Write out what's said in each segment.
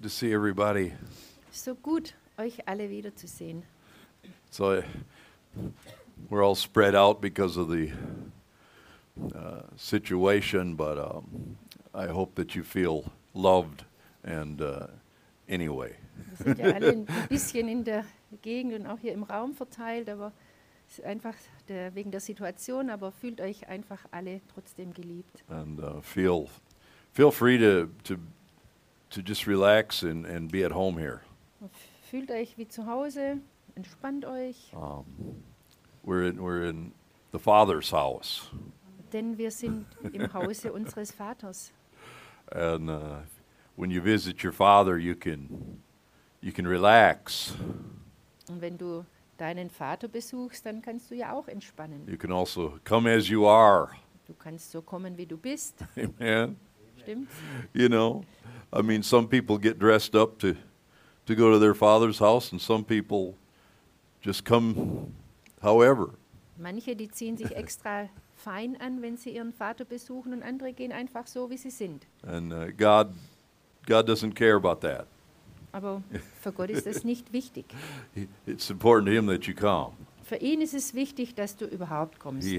to see everybody. So gut, euch alle wiederzusehen. So we're all spread out because of the situation, but I hope that you feel loved and anyway. Wir sind ja alle ein bisschen in der Gegend und auch hier im Raum verteilt, aber es ist einfach wegen der Situation, aber fühlt euch einfach alle trotzdem geliebt. And feel free to just relax and be at home here. Fühlt euch wie zu Hause, entspannt euch. We're in the Father's house. Denn wir sind im Hause unseres Vaters. And when you visit your father, you can relax. Und wenn du deinen Vater besuchst, dann kannst du ja auch entspannen. You can also come as you are. Du kannst so kommen, wie du bist. Amen. Stimmt's? You know, I mean, some people get dressed up to go to their father's house, and some people just come however. Manche, die ziehen sich extra fein an, wenn sie ihren Vater besuchen, und andere gehen einfach so, wie sie sind. And God doesn't care about that. Aber für Gott ist das nicht wichtig. It's important to him that you come. Für ihn ist es wichtig, dass du überhaupt kommst.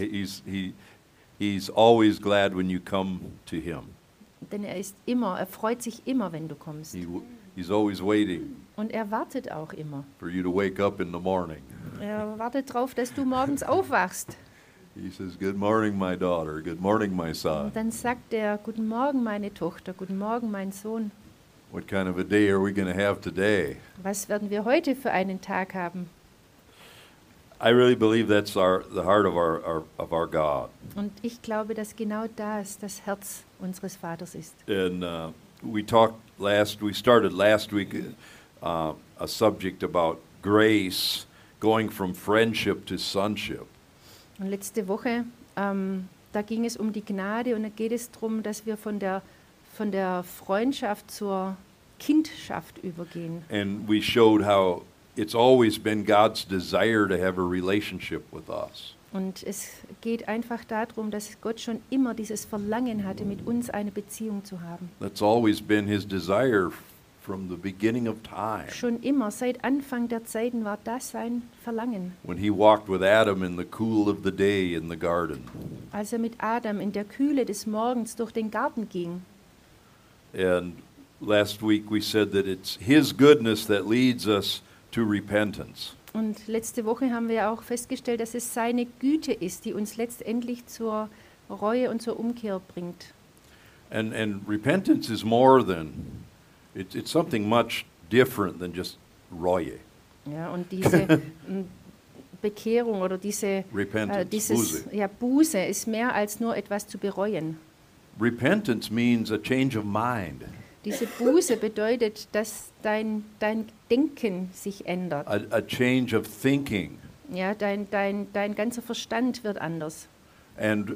He's always glad when you come to him. Denn er freut sich immer, wenn du kommst. He's always waiting Und er wartet auch immer. for you to wake up in the morning. Er wartet darauf, dass du morgens aufwachst. He says, "Good morning, my daughter. Good morning, my son. Und dann sagt er, guten Morgen, meine Tochter, guten Morgen, mein Sohn. What kind of a day are we going to have today?" Was werden wir heute für einen Tag haben? I really believe that's the heart of our God. Und ich glaube, dass genau das Herz unseres Vaters ist. And we started last week a subject about grace going from friendship to sonship. Und letzte Woche, da ging es um die Gnade, und da geht es darum, dass wir von der Freundschaft zur Kindschaft übergehen. And we showed how it's always been God's desire to have a relationship with us. Und es geht einfach darum, dass Gott schon immer dieses Verlangen hatte, mit uns eine Beziehung zu haben. That's always been his desire from the beginning of time. Schon immer, seit Anfang der Zeiten war das sein Verlangen. When he walked with Adam in the cool of the day in the garden. Als er mit Adam in der Kühle des Morgens durch den Garten ging. And last week we said that it's his goodness that leads us to repentance. Und letzte Woche haben wir auch festgestellt, dass es seine Güte ist, die uns letztendlich zur Reue und zur Umkehr bringt. And repentance is more than it's something much different than just Reue. Ja, und diese Bekehrung oder Repentance, Buße ist mehr als nur etwas zu bereuen. Repentance means a change of mind. Diese Buße bedeutet, dass dein Denken sich ändert. A change of thinking. Ja, dein ganzer Verstand wird anders. And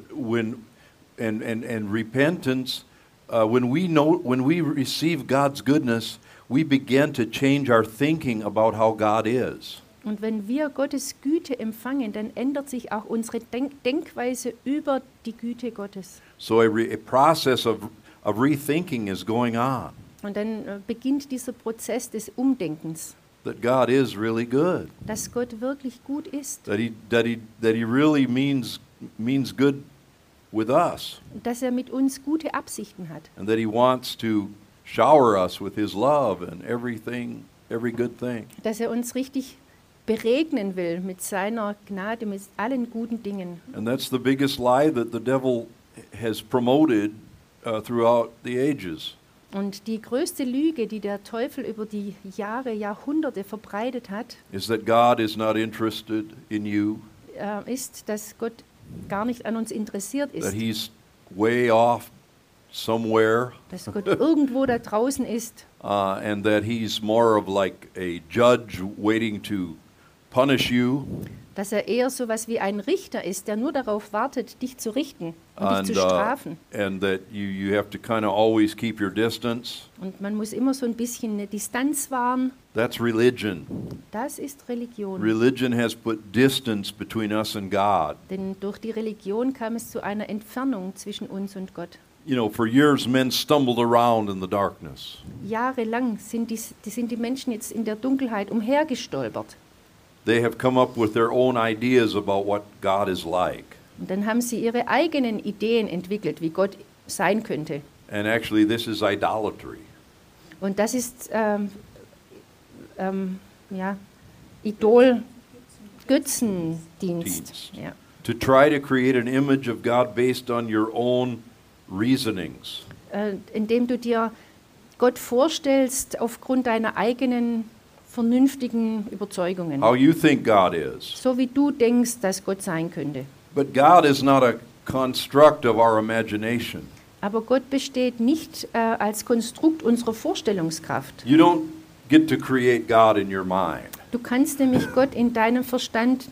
repentance, when we receive God's goodness, we begin to change our thinking about how God is. Und wenn wir Gottes Güte empfangen, dann ändert sich auch unsere Denkweise über die Güte Gottes. So a process of rethinking is going on. Und dann beginnt dieser Prozess des Umdenkens. That God is really good. Dass Gott wirklich gut ist. That he really means good with us. Dass er mit uns gute Absichten hat. And that he wants to shower us with his love and everything, every good thing. Dass er uns richtig beregnen will mit seiner Gnade, mit allen guten Dingen. And that's the biggest lie that the devil has promoted throughout the ages. Und die größte Lüge, die der Teufel über die Jahre, Jahrhunderte verbreitet hat, is that God is not interested in you. Ist, dass Gott gar nicht an uns interessiert ist. That he's way off somewhere. Dass Gott irgendwo da draußen ist. And that he's more of like a judge waiting to punish you. Dass er eher so was wie ein Richter ist, der nur darauf wartet, dich zu richten und dich zu strafen. And that you have to kind of always keep your distance. Und man muss immer so ein bisschen eine Distanz wahren. That's religion. Das ist Religion. Religion has put distance between us and God. Denn durch die Religion kam es zu einer Entfernung zwischen uns und Gott. For years men stumbled around in the darkness. Jahrelang sind die Menschen jetzt in der Dunkelheit umhergestolpert. They have come up with their own ideas about what God is like. Und dann haben sie ihre eigenen Ideen entwickelt, wie Gott sein könnte. And actually this is idolatry. Und das ist Idol, Götzendienst. Dienst. Ja. To try to create an image of God based on your own reasonings. Indem du dir Gott vorstellst aufgrund deiner eigenen vernünftigen Überzeugungen. How you think God is. So wie du denkst, dass Gott sein könnte. But God is not a construct of our imagination. Aber Gott besteht nicht als Konstrukt unserer Vorstellungskraft. You don't get to create God in your mind. Du kannst nämlich Gott in deinem Verstand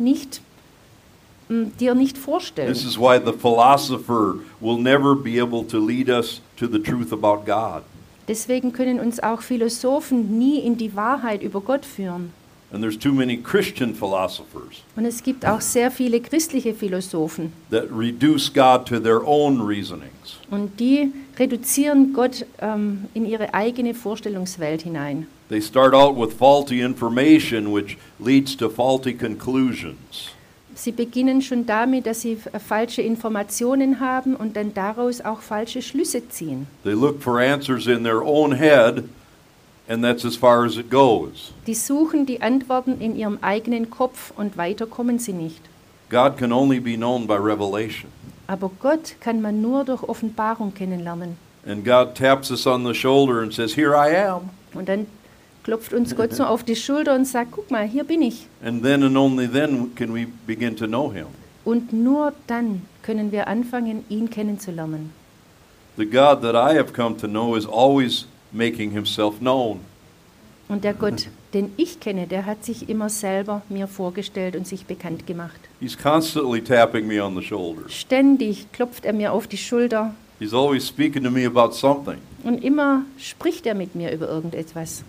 dir nicht vorstellen. This is why the philosopher will never be able to lead us to the truth about God. Deswegen können uns auch Philosophen nie in die Wahrheit über Gott führen. And there's too many Christian philosophers Und es gibt auch sehr viele christliche Philosophen. that reduce God to their own reasonings. Und die reduzieren Gott in ihre eigene Vorstellungswelt hinein. They start out with faulty information which leads to faulty conclusions. Sie beginnen schon damit, dass sie falsche Informationen haben und dann daraus auch falsche Schlüsse ziehen. They look for answers in their own head, and that's as far as it goes. Die suchen die Antworten in ihrem eigenen Kopf und weiter kommen sie nicht. God can only be known by revelation. Aber Gott kann man nur durch Offenbarung kennenlernen. And God taps us on the shoulder and says, "Here I am." Und dann klopft uns Gott so auf die Schulter und sagt, guck mal, hier bin ich. And only then can we begin to know him. Und nur dann können wir anfangen, ihn kennenzulernen. The God that I have come to know is always making himself known. Und der Gott, den ich kenne, der hat sich immer selber mir vorgestellt und sich bekannt gemacht. He's constantly tapping me on the shoulder. Ständig klopft er mir auf die Schulter He's always speaking to me about something. und immer spricht er mit mir über irgendetwas.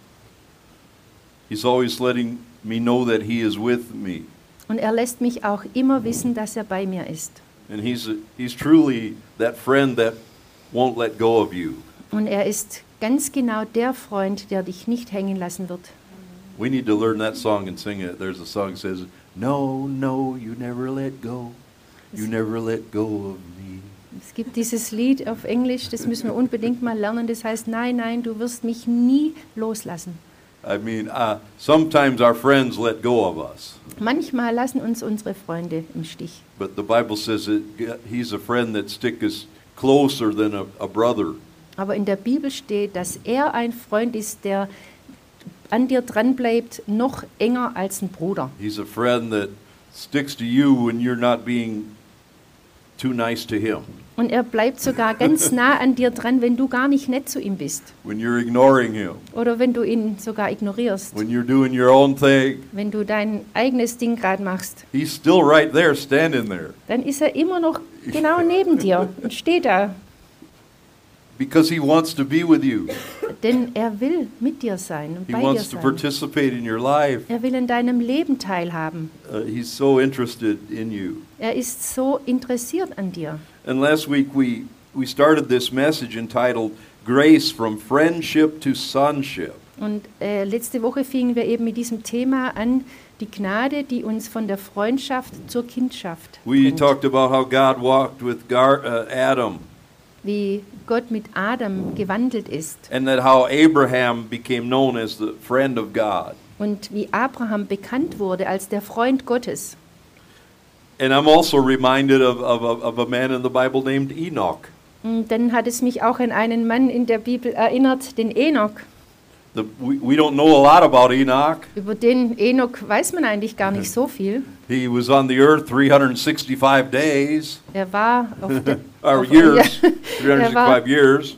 He's always letting me know that he is with me. Und er lässt mich auch immer wissen, dass er bei mir ist. And he's truly that friend that won't let go of you. Und er ist ganz genau der Freund, der dich nicht hängen lassen wird. We need to learn that song and sing it. There's a song that says, "No, no, you never let go. You never let go of me." Es gibt dieses Lied auf Englisch, das müssen wir unbedingt mal lernen. Das heißt, nein, nein, du wirst mich nie loslassen. I mean, sometimes our friends let go of us. Manchmal lassen uns unsere Freunde im Stich. But the Bible says that he's a friend that sticks closer than a brother. Aber in der Bibel steht, dass er ein Freund ist, der an dir dran bleibt, noch enger als ein Bruder. He's a friend that sticks to you when you're not being too nice to him. Und er bleibt sogar ganz nah an dir dran, wenn du gar nicht nett zu ihm bist. When you're ignoring him. Oder wenn du ihn sogar ignorierst. When you're doing your own thing. Wenn du dein eigenes Ding gerade machst. He's still right there, standing there. Dann ist er immer noch genau neben dir und steht da. Because he wants to be with you. Denn er will mit dir sein und He bei dir wants to sein. participate in your life. Er will in deinem Leben teilhaben. He's so interested in you. Er ist so interessiert an dir. And last week we started this message entitled Grace from Friendship to Sonship. Und letzte Woche fingen wir eben mit diesem Thema an, die Gnade, die uns von der Freundschaft zur Kindschaft We bringt. talked about how God walked with Adam Wie Gott mit Adam gewandelt ist and that how Abraham became known as the friend of God. und wie Abraham bekannt wurde als der Freund Gottes. And I'm also reminded of a man in the Bible named Enoch. Und dann hat es mich auch an einen Mann in der Bibel erinnert, den Enoch. We don't know a lot about Enoch. Über den Enoch weiß man eigentlich gar nicht so viel. He was on the earth 365 days, Er war auf der or auf- years, ja, er war 365 years.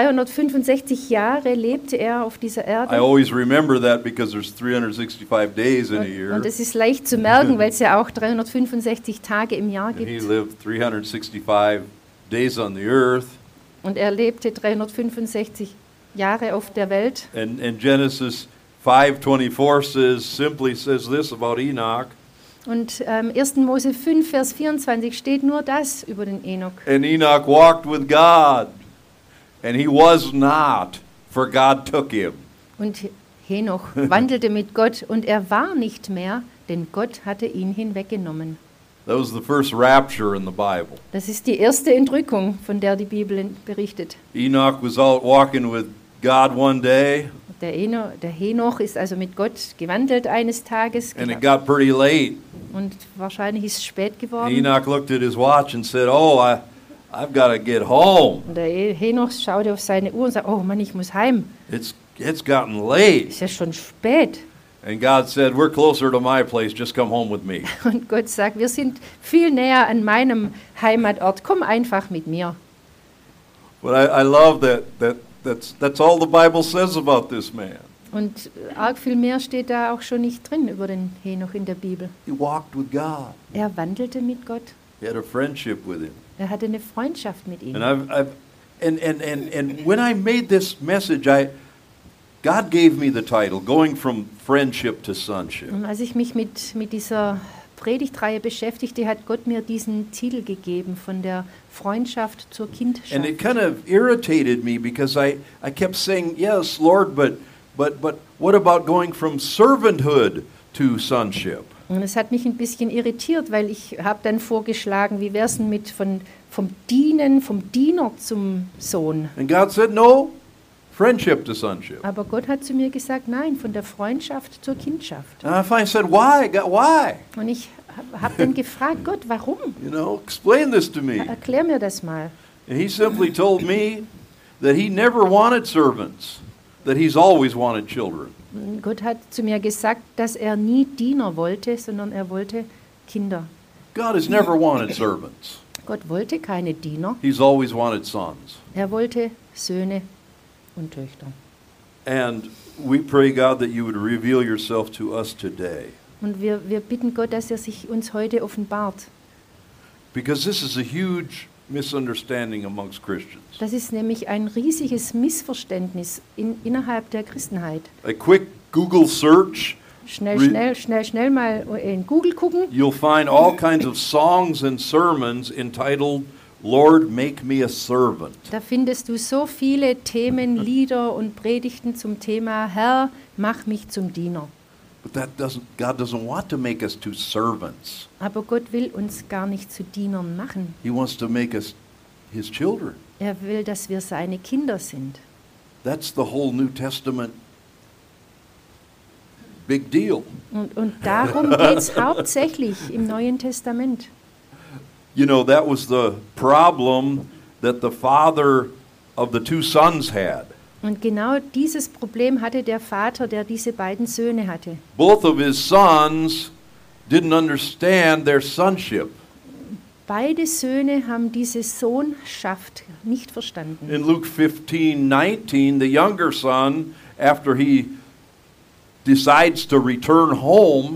365 Jahre lebte er auf dieser I Erde. always remember that because there's 365 days in a Und year. es ist leicht zu merken, weil es ja auch 365 Tage im Jahr And he gibt. lived 365 days on the earth. Und er lebte 365 Jahre auf der Welt. And Genesis 5:24 simply says this about Enoch. Und 1. Mose 5, Vers 24 steht nur das über den Enoch. And Enoch walked with God, and he was not, for God took him. Und Henoch wandelte mit Gott und er war nicht mehr, denn Gott hatte ihn hinweggenommen. That was the first rapture in the Bible. Das ist die erste Entrückung, von der die Bibel berichtet. Enoch was out walking with God one day, Der Henoch ist also mit Gott gewandelt eines Tages and it got pretty late. und wahrscheinlich ist es spät geworden. Enoch looked at his watch and said, "Oh, I've got to get home. Und der Henoch schaute auf seine Uhr und sagte, oh Mann, ich muss heim. It's gotten late." Ist ja schon spät. And God said, "We're closer to my place. Just come home with me." Und Gott sagt, wir sind viel näher an meinem Heimatort. Komm einfach mit mir. But I love that's all the Bible says about this man. Und arg viel mehr steht da auch schon nicht drin über den Henoch in der Bibel. He walked with God. Er wandelte mit Gott. He had a friendship with him. Er hatte eine Freundschaft mit ihm. And and when I made this message, God gave me the title, Going from Friendship to Sonship. Und als ich mich mit dieser Predigtreihe beschäftigte, hat Gott mir diesen Titel gegeben, von der Freundschaft zur Kindschaft. And it kind of irritated me because I kept saying, "Yes, Lord, but what about going from servanthood to sonship?" Und es hat mich ein bisschen irritiert, weil ich habe dann vorgeschlagen, wie wäre es denn mit vom Diener zum Sohn. And God said, "No, friendship to sonship." Aber Gott hat zu mir gesagt, nein, von der Freundschaft zur Kindschaft. And I finally said, "Why? God, why? Und ich habe dann gefragt, Gott, warum? You know, explain this to me." Erklär mir das mal. And he simply told me that he never wanted servants, that he's always wanted children. Und Gott hat zu mir gesagt, dass er nie Diener wollte, sondern er wollte Kinder. God has never wanted servants. Gott wollte keine Diener, He's always wanted sons. er wollte Söhne und Töchter. And we pray, God, that you would reveal yourself to us today. Und wir bitten Gott, dass er sich uns heute offenbart. Because this is a huge misunderstanding amongst Christians. Das ist nämlich ein riesiges Missverständnis innerhalb der Christenheit. A quick Google search, Schnell mal in Google gucken. you'll find all kinds of songs and sermons entitled, "Lord, make me a servant." Da findest du so viele Themen, Lieder und Predigten zum Thema Herr, mach mich zum Diener. But God doesn't want to make us to servants. Aber Gott will uns gar nicht zu Dienern machen. He wants to make us his children. Er will, dass wir seine Kinder sind. That's the whole New Testament big deal. Und darum geht es hauptsächlich im Neuen Testament. You know, that was the problem that the father of the two sons had. Und genau dieses Problem hatte der Vater, der diese beiden Söhne hatte. Both of his sons didn't understand their sonship. Beide Söhne haben diese Sohnschaft nicht verstanden. In Luke 15:19, the younger son, after he decides to return home,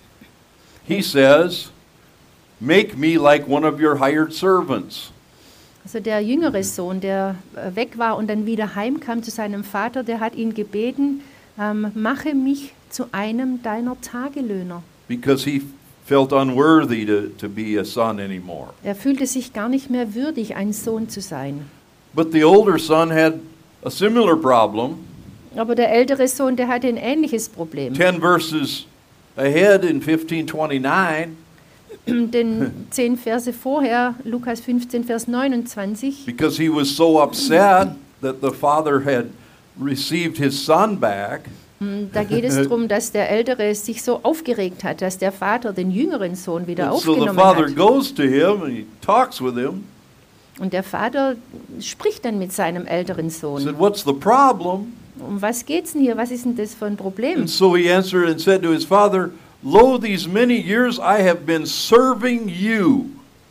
he says, "Make me like one of your hired servants." Also der jüngere Sohn, der weg war und dann wieder heimkam zu seinem Vater, der hat ihn gebeten, mache mich zu einem deiner Tagelöhner. Because he felt unworthy to be a son anymore. Er fühlte sich gar nicht mehr würdig, ein Sohn zu sein. But the older son had a similar problem. Aber der ältere Sohn, der hatte ein ähnliches Problem. 10 verses ahead in 15:29, Denn 10 Verse vorher, Lukas 15, Vers 29, because he was so upset that the father had received his son back, da geht es darum, dass der Ältere sich so aufgeregt hat, dass der Vater den jüngeren Sohn wieder and so the aufgenommen father hat. goes to him and he talks with him. Und der Vater spricht dann mit seinem älteren Said, Sohn. "What's the problem?" Um was geht's denn hier? Was ist denn das für ein Problem? And so he answered and said to his father, "Lo, these many years I have been serving you.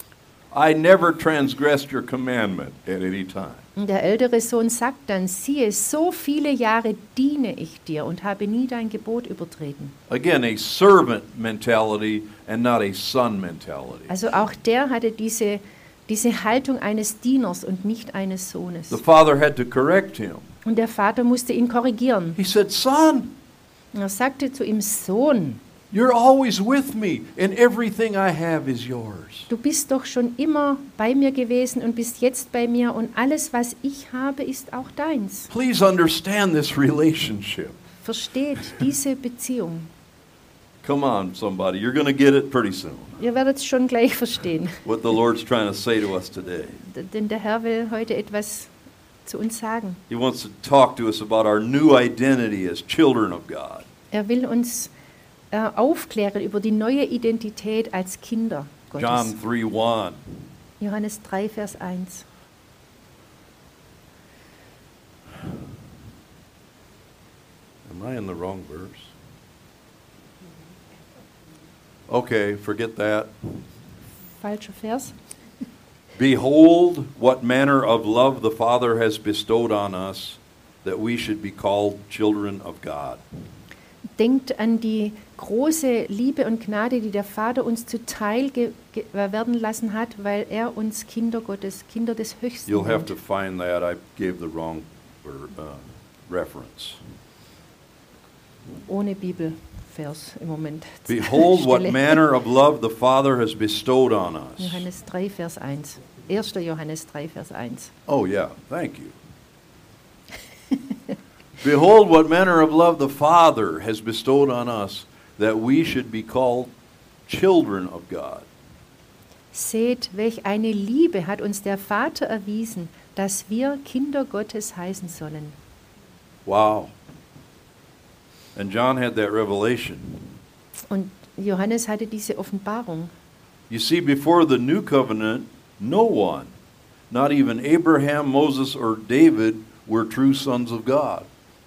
I never transgressed your commandment at any time." Und der ältere Sohn sagt dann, siehe, so viele Jahre diene ich dir und habe nie dein Gebot übertreten. Again, a servant mentality and not a son mentality. Also auch der hatte diese Haltung eines Dieners und nicht eines Sohnes. The father had to correct him. Und der Vater musste ihn korrigieren. He said, "Son, Und er sagte zu ihm, Sohn, You're always with me, and everything I have is yours. Du bist doch schon immer bei mir gewesen und bist jetzt bei mir und alles, was ich habe, ist auch deins. Please understand this relationship. Versteht diese Beziehung. Come on, somebody. You're going to get it pretty soon. Ihr werdet es schon gleich verstehen, What the Lord's trying to say to us today. denn der Herr will heute etwas zu uns sagen. He wants to talk to us about our new identity as children of God. Er will uns aufklären über die neue Identität als Kinder Gottes. John 3:1. Johannes 3, Vers 1. Am I in the wrong verse? Okay, forget that. Falscher Vers. Behold, what manner of love the Father has bestowed on us, that we should be called children of God. Denkt an die große Liebe und Gnade, die der Vater uns zuteil werden lassen hat, weil er uns Kinder Gottes, Kinder des Höchsten You'll have nennt. to find that. I gave the wrong reference. Ohne Bibelvers im Moment. Behold, what Stelle. manner of love the Father has bestowed on us. Johannes 3, Vers 1. 1. Johannes 3, Vers 1. Oh, yeah, thank you. Behold, what manner of love the Father has bestowed on us, that we should be called children of God. Seht, welch eine Liebe hat uns der Vater erwiesen, dass wir Kinder Gottes heißen sollen. Wow. And John had that revelation. Und Johannes hatte diese Offenbarung. You see, before the new covenant, no one, not even Abraham, Moses, or David, were true sons of God.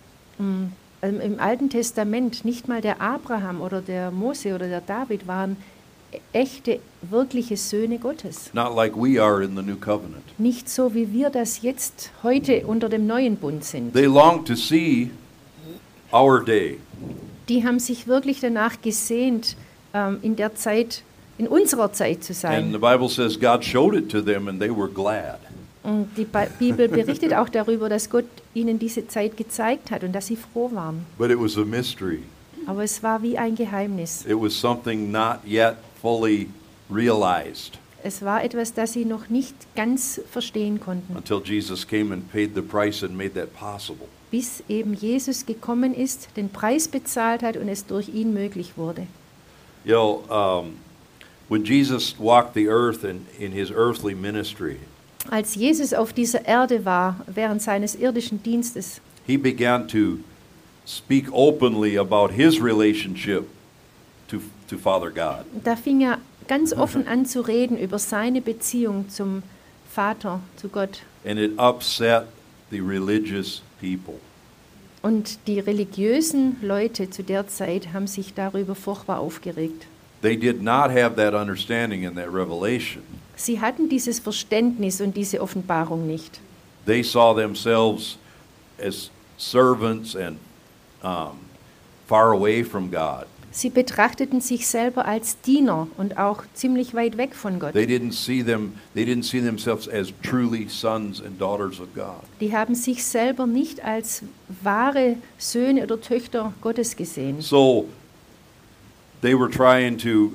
Im Alten Testament, nicht mal der Abraham oder der Mose oder der David waren echte, wirkliche Söhne Gottes. Not like we are in the new covenant. Nicht so, wie wir das jetzt heute unter dem neuen Bund sind. They long to see our day. Die haben sich wirklich danach gesehnt, in der Zeit, in unserer Zeit zu And the sein. Bible says God showed it to them and they were glad. Und die Bibel berichtet auch darüber, dass Gott ihnen diese Zeit gezeigt hat und dass sie froh waren. But it was a mystery. Aber es war wie ein Geheimnis. It was something not yet fully realized Es war etwas, das sie noch nicht ganz verstehen konnten, until Jesus came and paid the price and made that possible. bis eben Jesus gekommen ist, den Preis bezahlt hat und es durch ihn möglich wurde. You know, when Jesus walked the earth in his earthly ministry, Als Jesus auf dieser Erde war, während seines irdischen Dienstes, he began to speak openly about his relationship to Father God. da fing er ganz offen an zu reden über seine Beziehung zum Vater, zu Gott. And it upset the religious people. Und die religiösen Leute zu der Zeit haben sich darüber furchtbar aufgeregt. They did not have that understanding and that revelation. Sie hatten dieses Verständnis und diese Offenbarung nicht. They saw themselves as servants and far away from God. Sie betrachteten sich selber als Diener und auch ziemlich weit weg von Gott. They didn't see themselves as truly sons and daughters of God. Die haben sich selber nicht als wahre Söhne oder Töchter Gottes gesehen. So they were trying to.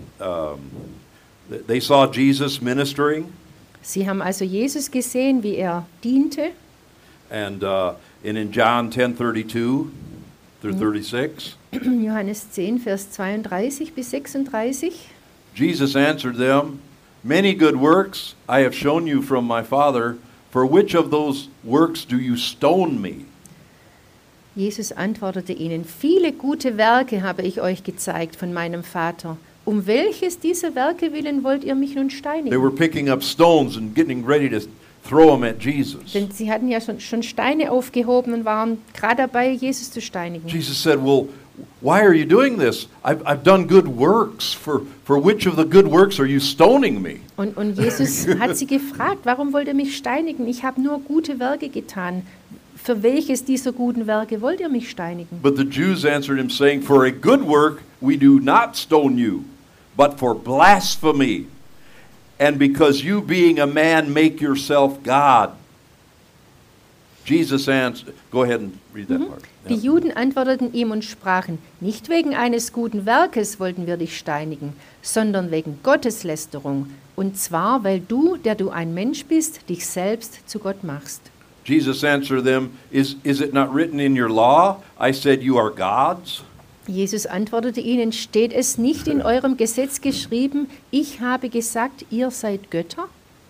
They saw Jesus ministering, Sie haben also Jesus gesehen, wie er diente. and in John 10:32 through 36, Johannes 10, Vers 32 bis 36. Jesus answered them, "Many good works I have shown you from my Father. For which of those works do you stone me?" Jesus antwortete ihnen, viele gute Werke habe ich euch gezeigt von meinem Vater. Um welches dieser Werke willen wollt ihr mich nun They steinigen? were picking up stones and getting ready to throw them at Jesus. Denn sie hatten ja schon Steine aufgehoben und waren gerade dabei, Jesus zu steinigen. Jesus said, "Well, why are you doing this? I've done good works. For which of the good works are you stoning me?" Und Jesus hat sie gefragt, warum wollt ihr mich steinigen? Ich habe nur gute Werke getan. Für welches dieser guten Werke wollt ihr mich steinigen? But the Jews answered him, saying, "For a good work we do not stone you, but for blasphemy, and because you being a man make yourself God." Jesus answered, go ahead and read that part. Die Yeah. Juden antworteten ihm und sprachen, nicht wegen eines guten Werkes wollten wir dich steinigen, sondern wegen Gotteslästerung, und zwar, weil du, der du ein Mensch bist, dich selbst zu Gott machst. Jesus answered them, is it not written in your law, I said you are gods? Jesus antwortete ihnen, steht es nicht in eurem Gesetz geschrieben, ich habe gesagt, ihr seid Götter?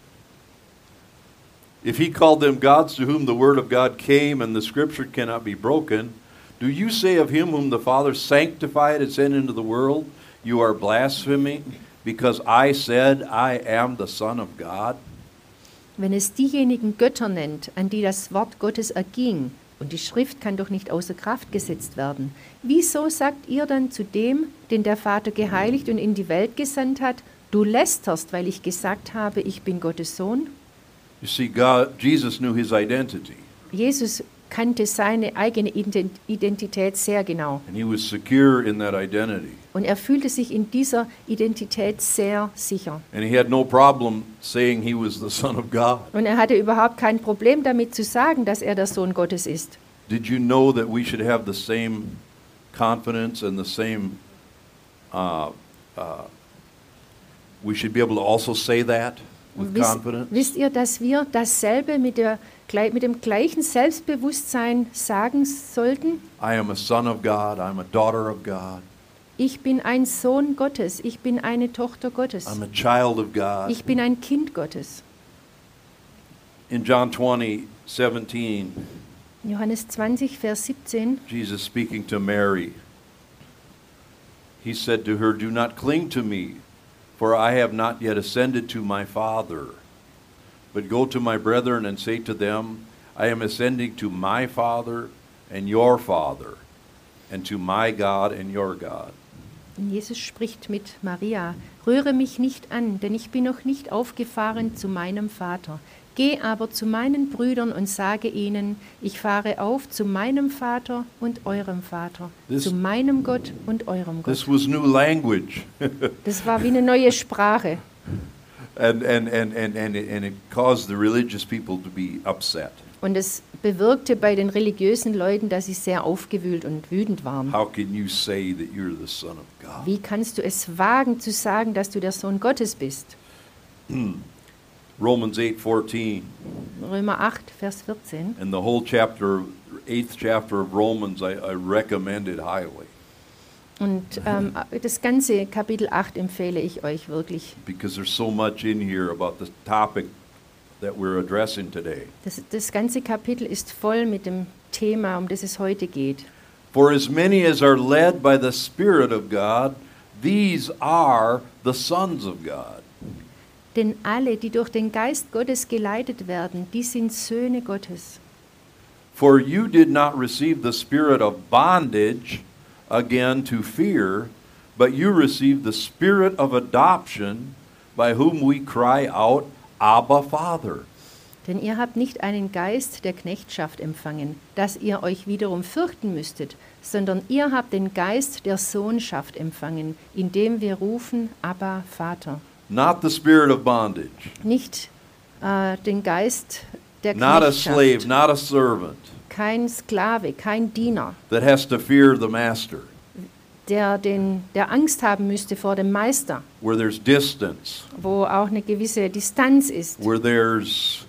If he called them gods to whom the word of God came and the scripture cannot be broken, do you say of him whom the Father sanctified and sent into the world, you are blaspheming because I said I am the Son of God? Wenn es diejenigen Götter nennt, an die das Wort Gottes erging, und die Schrift kann doch nicht außer Kraft gesetzt werden, wieso sagt ihr dann zu dem, den der Vater geheiligt und in die Welt gesandt hat, du lästerst, weil ich gesagt habe, ich bin Gottes Sohn? You see, Jesus knew his identity, Jesus kannte seine eigene Identität sehr genau. and he was secure in that identity. Und er fühlte sich in dieser Identität sehr sicher. And he had no problem saying he was the Son of God. Und er hatte überhaupt kein Problem damit zu sagen, dass er der Sohn Gottes ist. Did you know that we should have the same confidence and the same, we should be able to also say that with Und confidence? wisst ihr, dass wir dasselbe mit dem gleichen Selbstbewusstsein sagen sollten? I am a son of God, I'm a daughter of God, Ich bin ein Sohn Gottes, ich bin eine Tochter Gottes, I'm a child of God. ich bin ein Kind Gottes. In John 20:17, Johannes 20, Vers 17, Jesus speaking to Mary, he said to her, do not cling to me, for I have not yet ascended to my Father. But go to my brethren and say to them, I am ascending to my Father and your Father, and to my God and your God. Und Jesus spricht mit Maria, rühre mich nicht an, denn ich bin noch nicht aufgefahren zu meinem Vater. Geh aber zu meinen Brüdern und sage ihnen, ich fahre auf zu meinem Vater und eurem Vater, zu meinem Gott und eurem This Gott. was new language, Das war wie eine neue Sprache. and it caused the religious people to be upset. Und es bewirkte bei den religiösen Leuten, dass sie sehr aufgewühlt und wütend waren. How can you say that you're the Son of God? Wie kannst du es wagen zu sagen, dass du der Sohn Gottes bist? Romans 8:14 Römer 8, Vers 14. and the whole chapter, 8th chapter of Romans, I recommend it highly Und das ganze Kapitel 8 empfehle ich euch wirklich. because there's so much in here about the topic that we're addressing today. Das ganze Kapitel ist voll mit dem Thema, um das es heute geht. For as many as are led by the Spirit of God, these are the sons of God. Denn alle, die durch den Geist Gottes geleitet werden, die sind Söhne Gottes. For you did not receive the spirit of bondage again to fear, but you received the spirit of adoption, by whom we cry out, Abba, Father. Denn ihr habt nicht einen Geist der Knechtschaft empfangen, dass ihr euch wiederum fürchten müsstet, sondern ihr habt den Geist der Sohnschaft empfangen, indem wir rufen, Abba, Vater. Not the spirit of bondage, Nicht den Geist der not a slave, Knechtschaft, not a servant kein Sklave, kein Diener, that has to fear the master, der Angst haben müsste vor dem Meister, where there's distance, wo auch eine gewisse Distanz ist, where there's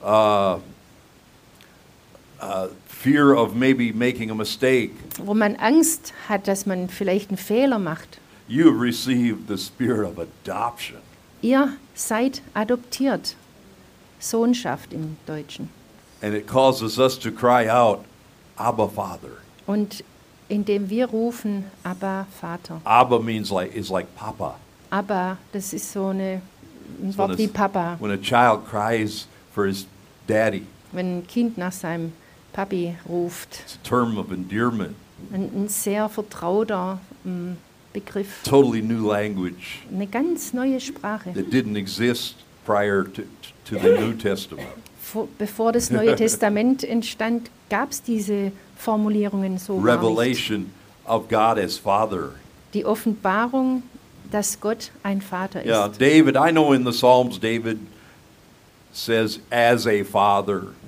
fear of maybe making a mistake. wo man Angst hat, dass man vielleicht einen Fehler macht. You have received the spirit of adoption. Ihr seid adoptiert. Sohnschaft im Deutschen. And it causes us to cry out, Abba, Father. Und indem wir rufen, Abba, Vater. Abba is like Papa. Abba, das ist so ein It's Wort wie Papa. when a child cries for his daddy. Wenn ein Kind nach seinem Papi ruft. It's a term of endearment. Ein sehr vertrauter Begriff. Totally new language Eine ganz neue Sprache. that didn't exist prior to the New Testament. Bevor das Neue Testament entstand, gab es diese Formulierungen so gar nicht. Revelation of God as Father. Die Offenbarung, dass Gott ein Vater ist. Yeah, David, I know in the Psalms David says as a father.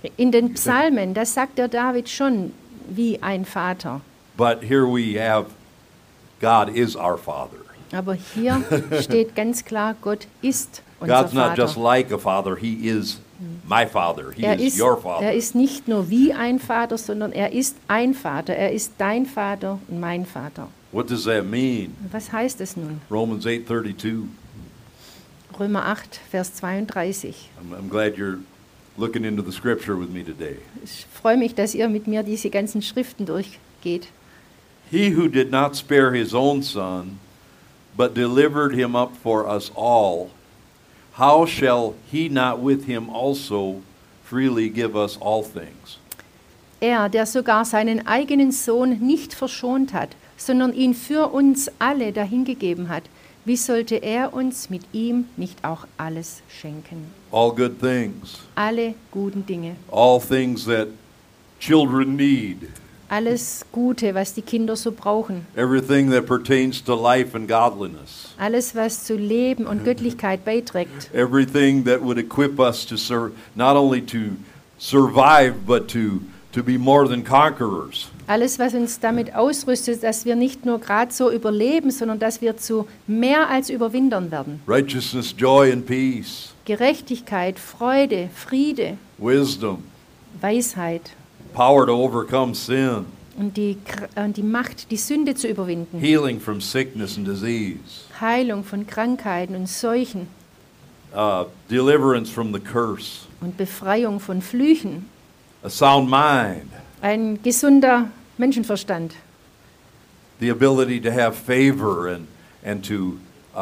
In den Psalmen, das sagt der David schon wie ein Vater. But here we have God is our Father. Aber hier steht ganz klar, Gott ist unser God's not just Vater. like a father, He is my Father. He is your Father. Er ist nicht nur wie ein Vater, sondern er ist ein Vater. Er ist dein Vater und mein Vater. What does that mean? Was heißt es nun? Romans 8:32. Römer 8, Vers 32. I'm glad you're looking into the scripture with me today. Ich freue mich, dass ihr mit mir diese ganzen Schriften durchgeht. He who did not spare his own son, but delivered him up for us all, how shall he not with him also freely give us all things? Er, der sogar seinen eigenen Sohn nicht verschont hat, sondern ihn für uns alle dahingegeben hat, wie sollte er uns mit ihm nicht auch alles schenken? All good things, Alle guten Dinge, all things that children need, alles Gute, was die Kinder so brauchen, everything that pertains to life and godliness, alles, was zu Leben und Göttlichkeit beiträgt, everything that would equip us to not only to survive, but to be more than conquerors. alles, was uns damit ausrüstet, dass wir nicht nur gerade so überleben, sondern dass wir zu mehr als Überwindern werden. Righteousness, joy, and peace, Gerechtigkeit, Freude, Friede, wisdom, Weisheit power to overcome sin, und die Macht, die Sünde zu überwinden. healing from sickness and disease, Heilung von Krankheiten und Seuchen deliverance from the curse, und Befreiung von Flüchen. a sound mind, Ein gesunder Menschenverstand. the ability to have favor and to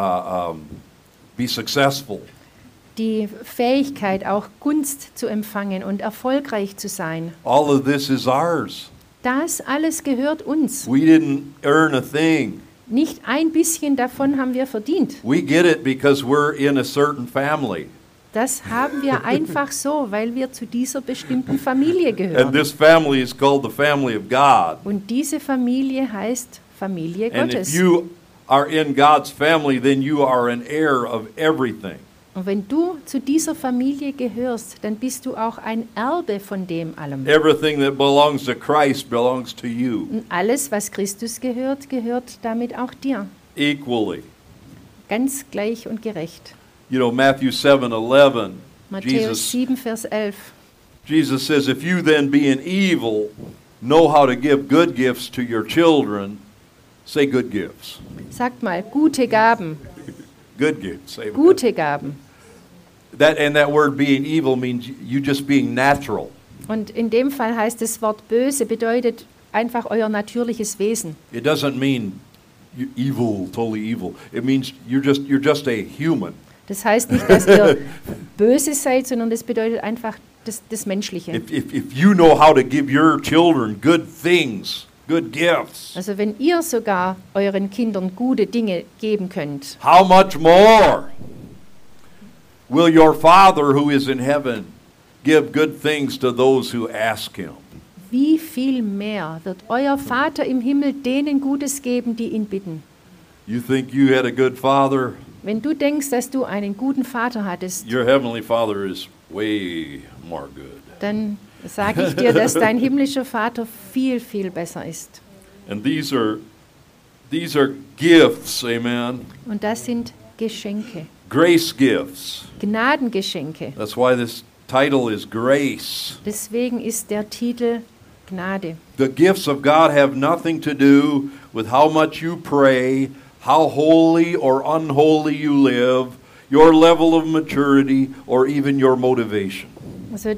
be successful. Die Fähigkeit, auch Gunst zu empfangen und erfolgreich zu sein. All of this is ours. Das alles gehört uns. We didn't earn a thing. Nicht ein bisschen davon haben wir verdient. We get it because we're in a certain family. Das haben wir einfach so, weil wir zu dieser bestimmten Familie And gehören. this family is called the family of God. Und diese Familie heißt Familie And if Gottes. you are in God's family, then you are an heir of everything. Und wenn du zu dieser Familie gehörst, dann bist du auch ein Erbe von dem allem. Everything that belongs to Christ belongs to you Und alles, was Christus gehört, gehört damit auch dir. equally. Ganz gleich und gerecht. You know, Matthew 7:11, Matthäus 7, Vers 11. Jesus says, if you then being evil know how to give good gifts to your children, say good gifts. Sagt mal, gute Gaben, Good gifts. Say gute Gaben. that word being evil means you just being natural. Und in dem Fall heißt das Wort böse, bedeutet einfach euer natürliches Wesen. It doesn't mean evil, totally evil. It means you're just a human. Das heißt nicht, dass ihr böse seid, sondern das bedeutet einfach das Menschliche. If you know how to give your children good things, good gifts, Also wenn ihr sogar euren Kindern gute Dinge geben könnt, how much more will your Father who is in heaven give good things to those who ask him? wie viel mehr wird euer Vater im Himmel denen Gutes geben, die ihn bitten? You think you had a good father? Wenn du denkst, dass du einen guten Vater hattest, Your heavenly Father is way more good. dann sage ich dir, dass dein himmlischer Vater viel, viel besser ist. And these are gifts, amen. Und das sind Geschenke, Grace gifts. Gnadengeschenke. That's why this title is Grace. Deswegen ist der Titel Gnade. The gifts of God have nothing to do with how much you pray, how holy or unholy you live, your level of maturity, or even your motivation. Also,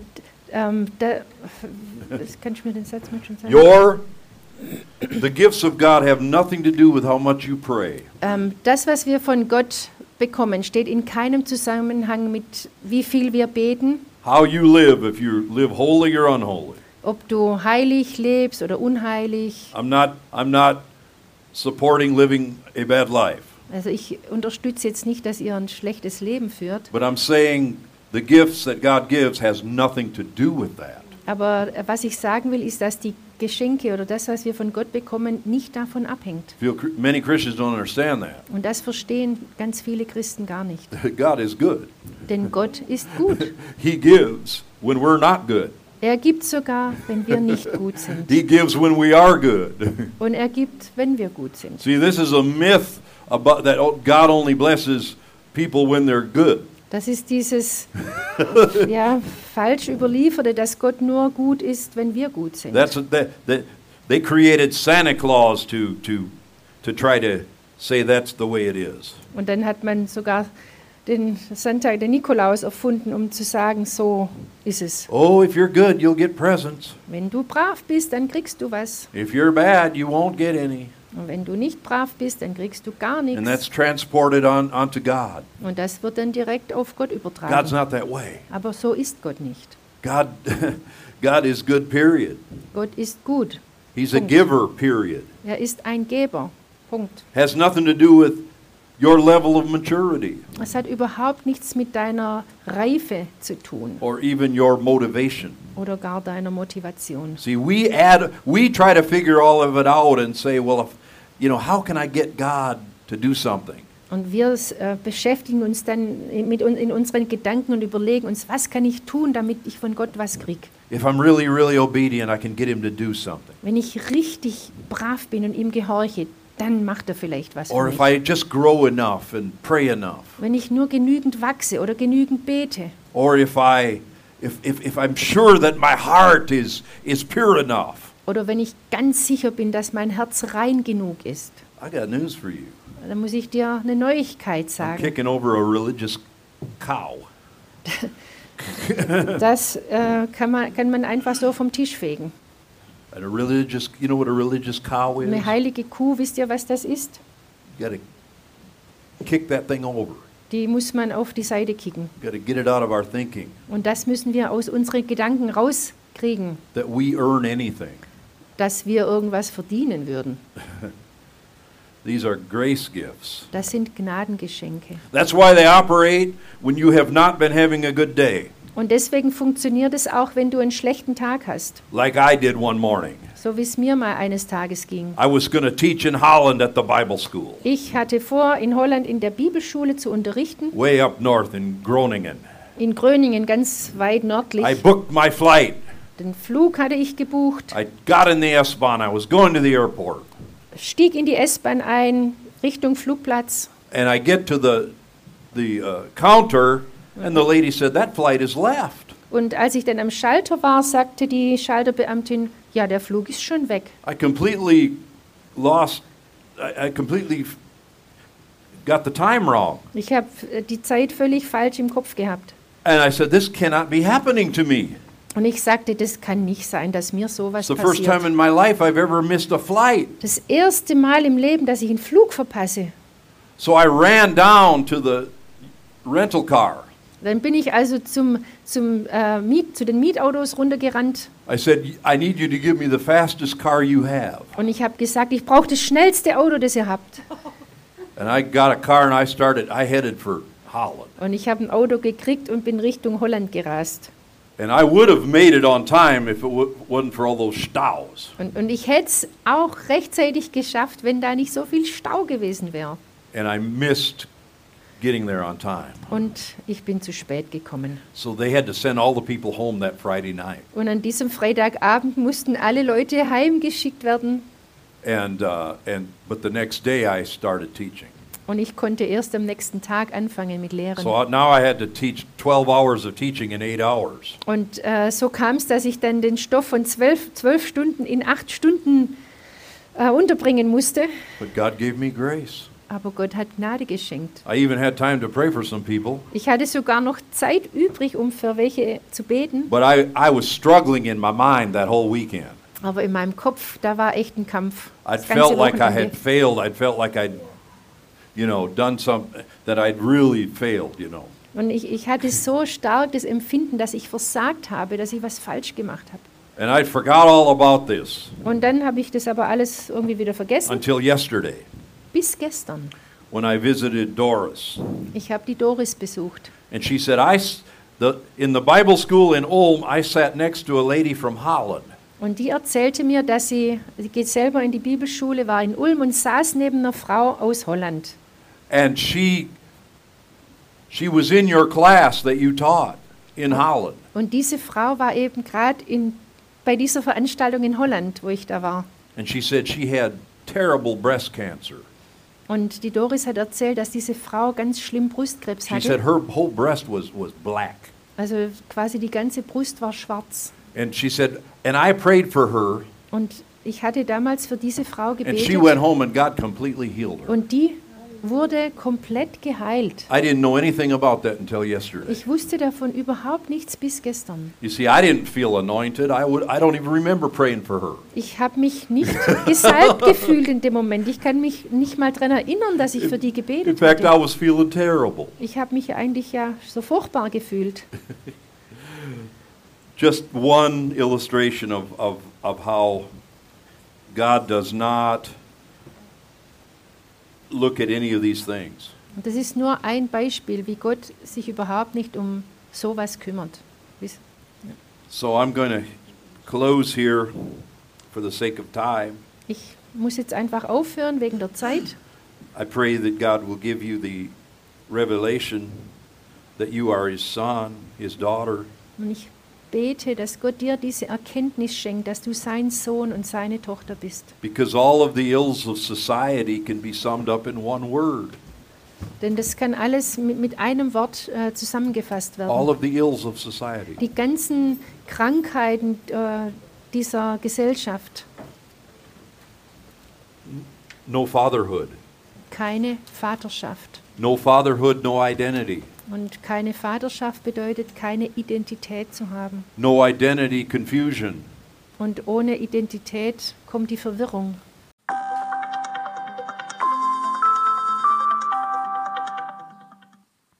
kannst du mir den Satz mit schon sagen? The gifts of God have nothing to do with how much you pray. Das, was wir von Gott bekommen, steht in keinem Zusammenhang mit, wie viel wir beten, How you live, if you live holy or unholy. ob du heilig lebst oder unheilig. I'm not supporting living a bad life, Also ich unterstütze jetzt nicht, dass ihr ein schlechtes Leben führt, but I'm saying the gifts that God gives has nothing to do with that. aber was ich sagen will, ist, dass die Geschenke oder das, was wir von Gott bekommen, nicht davon abhängt. Many Christians don't understand that. Und das verstehen ganz viele Christen gar nicht. God is good. Denn Gott ist gut. He gives when we're not good. Er gibt sogar, wenn wir nicht gut sind. He gives when we are good. Und er gibt, wenn wir gut sind. See, this is a myth about that God only blesses people when they're good. Das ist dieses falsch überlieferte, dass Gott nur gut ist, wenn wir gut sind. They created Santa Claus to try to say that's the way it is. Und dann hat man sogar den Nikolaus erfunden, um zu sagen, so ist es. Oh, if you're good, you'll get presents. Wenn du brav bist, dann kriegst du was. If you're bad, you won't get any. Und wenn du nicht brav bist, dann kriegst du gar And nichts. that's transported onto God. Und das wird dann direkt auf Gott God's übertragen. not that way. Aber so ist Gott nicht. God is good, period. Gott ist gut. He's a Punkt. giver, period. Er ist ein Geber. Punkt. Has nothing to do with your level of maturity Es hat überhaupt nichts mit deiner Reife zu tun or even your motivation. oder gar deiner Motivation. See, we try to figure all of it out and say, well, how can I get God to do something? Und wir beschäftigen uns dann in unseren Gedanken und überlegen uns, was kann ich tun, damit ich von Gott was kriege. If I'm really, really obedient, I can get him to do something. Wenn ich richtig brav bin und ihm gehorche, dann macht er vielleicht was Or für if mich. I just grow enough and pray enough. Wenn ich nur genügend wachse oder genügend bete. Or if I'm sure that my heart is pure enough. Oder wenn ich ganz sicher bin, dass mein Herz rein genug ist. I got news for you. Dann muss ich dir eine Neuigkeit I'm sagen. kicking over a religious cow. Das kann man einfach so vom Tisch fegen. And you know what a religious cow is? Eine heilige Kuh, wisst ihr, was das ist? You got to kick that thing over. Die muss man auf die Seite kicken. You got to get it out of our thinking Und das müssen wir aus unseren Gedanken rauskriegen, that we earn anything. dass wir irgendwas verdienen würden. These are grace gifts. Das sind Gnadengeschenke. That's why they operate when you have not been having a good day, Und deswegen funktioniert es auch, wenn du einen schlechten Tag hast. like I did one morning. So wie es mir mal eines Tages ging. I was going to teach in Holland at the Bible school, Ich hatte vor, in Holland in der Bibelschule zu unterrichten, way up north in Groningen. in Gröningen, ganz weit nördlich. I booked my flight. Den Flug hatte ich gebucht, I got in the S-Bahn. I was going to the airport. stieg in die S-Bahn ein, Richtung Flugplatz. And I get to the counter, and the lady said, that flight is left. Und als ich dann am Schalter war, sagte die Schalterbeamtin, ja, der Flug ist schon weg. I completely got the time wrong. Ich habe die Zeit völlig falsch im Kopf gehabt. And I said, this cannot be happening to me. Und ich sagte, das kann nicht sein, dass mir sowas It's the first time passiert. in my life I've ever missed a flight. Das erste Mal im Leben, dass ich einen Flug verpasse. So I ran down to the rental car. Dann bin ich also zu den Mietautos runtergerannt I said, I need you to give me the fastest car you have. und ich habe gesagt, ich brauche das schnellste Auto, das ihr habt. And I got a car and I headed for Holland. Und ich habe ein Auto gekriegt und bin Richtung Holland gerast. And I would have made it on time if it wasn't for all those staus. Und ich hätte es auch rechtzeitig geschafft, wenn da nicht so viel Stau gewesen wäre. And I missed getting there on time. Und ich bin zu spät gekommen. So they had to send all the people home that Friday night. Und an diesem Freitagabend mussten alle Leute heimgeschickt werden. But the next day I started teaching. Und ich konnte erst am nächsten Tag anfangen mit Lehren. So now I had to teach 12 hours of teaching in 8 hours. Und so kam es, dass ich dann den Stoff von 12 Stunden in 8 Stunden unterbringen musste. But God gave me grace. Aber Gott hat Gnade geschenkt. I even had time to pray for some people. Ich hatte sogar noch Zeit übrig, um für welche zu beten. But I was struggling in my mind that whole weekend. Aber in meinem Kopf, da war echt ein Kampf. I Das ganze felt like I Wochenende. had failed. I felt like I'd, done something that I'd really failed, Und ich hatte so stark das Empfinden, dass ich versagt habe, dass ich was falsch gemacht habe. And I forgot all about this Und dann habe ich das aber alles irgendwie wieder vergessen. until yesterday Bis gestern. when I visited Doris. Ich habe die Doris besucht. And she said, in the Bible school in Ulm, I sat next to a lady from Holland. Und die erzählte mir, dass sie geht selber in die Bibelschule, war in Ulm und saß neben einer Frau aus Holland. And she was in your class that you taught. in Holland. Und diese Frau war eben gerade bei dieser Veranstaltung in Holland, wo ich da war. And she said she had terrible breast cancer. Und die Doris hat erzählt, dass diese Frau ganz schlimm Brustkrebs She said hatte. her whole breast was black. Also quasi die ganze Brust war schwarz. And she said, and I prayed for her, Und ich hatte damals für diese Frau and she gebetet. went home and God completely healed her. Und die wurde komplett geheilt. I didn't know anything about that until yesterday. Ich wusste davon überhaupt nichts bis gestern. You see, I didn't feel anointed. I don't even remember praying for her. Ich habe mich nicht gesalbt gefühlt in dem Moment. Ich kann mich nicht mal daran erinnern, dass ich für die In gebetet fact, I hatte. was feeling terrible. Ich habe mich eigentlich ja so furchtbar gefühlt. Just one illustration of how God does not look at any of these things. Und das ist nur ein Beispiel, wie Gott sich überhaupt nicht um sowas kümmert. So I'm going to close here for the sake of time. Ich muss jetzt einfach aufhören wegen der Zeit. I pray that God will give you the revelation that you are His son, His daughter, Und ich bete, dass Gott dir diese Erkenntnis schenkt, dass du sein Sohn und seine Tochter bist. because all of the ills of society can be summed up in one word. Denn das kann alles mit einem Wort zusammengefasst All werden. of the ills of society. Die ganzen Krankheiten dieser Gesellschaft. No fatherhood. Keine Vaterschaft. No fatherhood, no identity. Und keine Vaterschaft bedeutet, keine Identität zu haben. No identity, confusion. Und ohne Identität kommt die Verwirrung.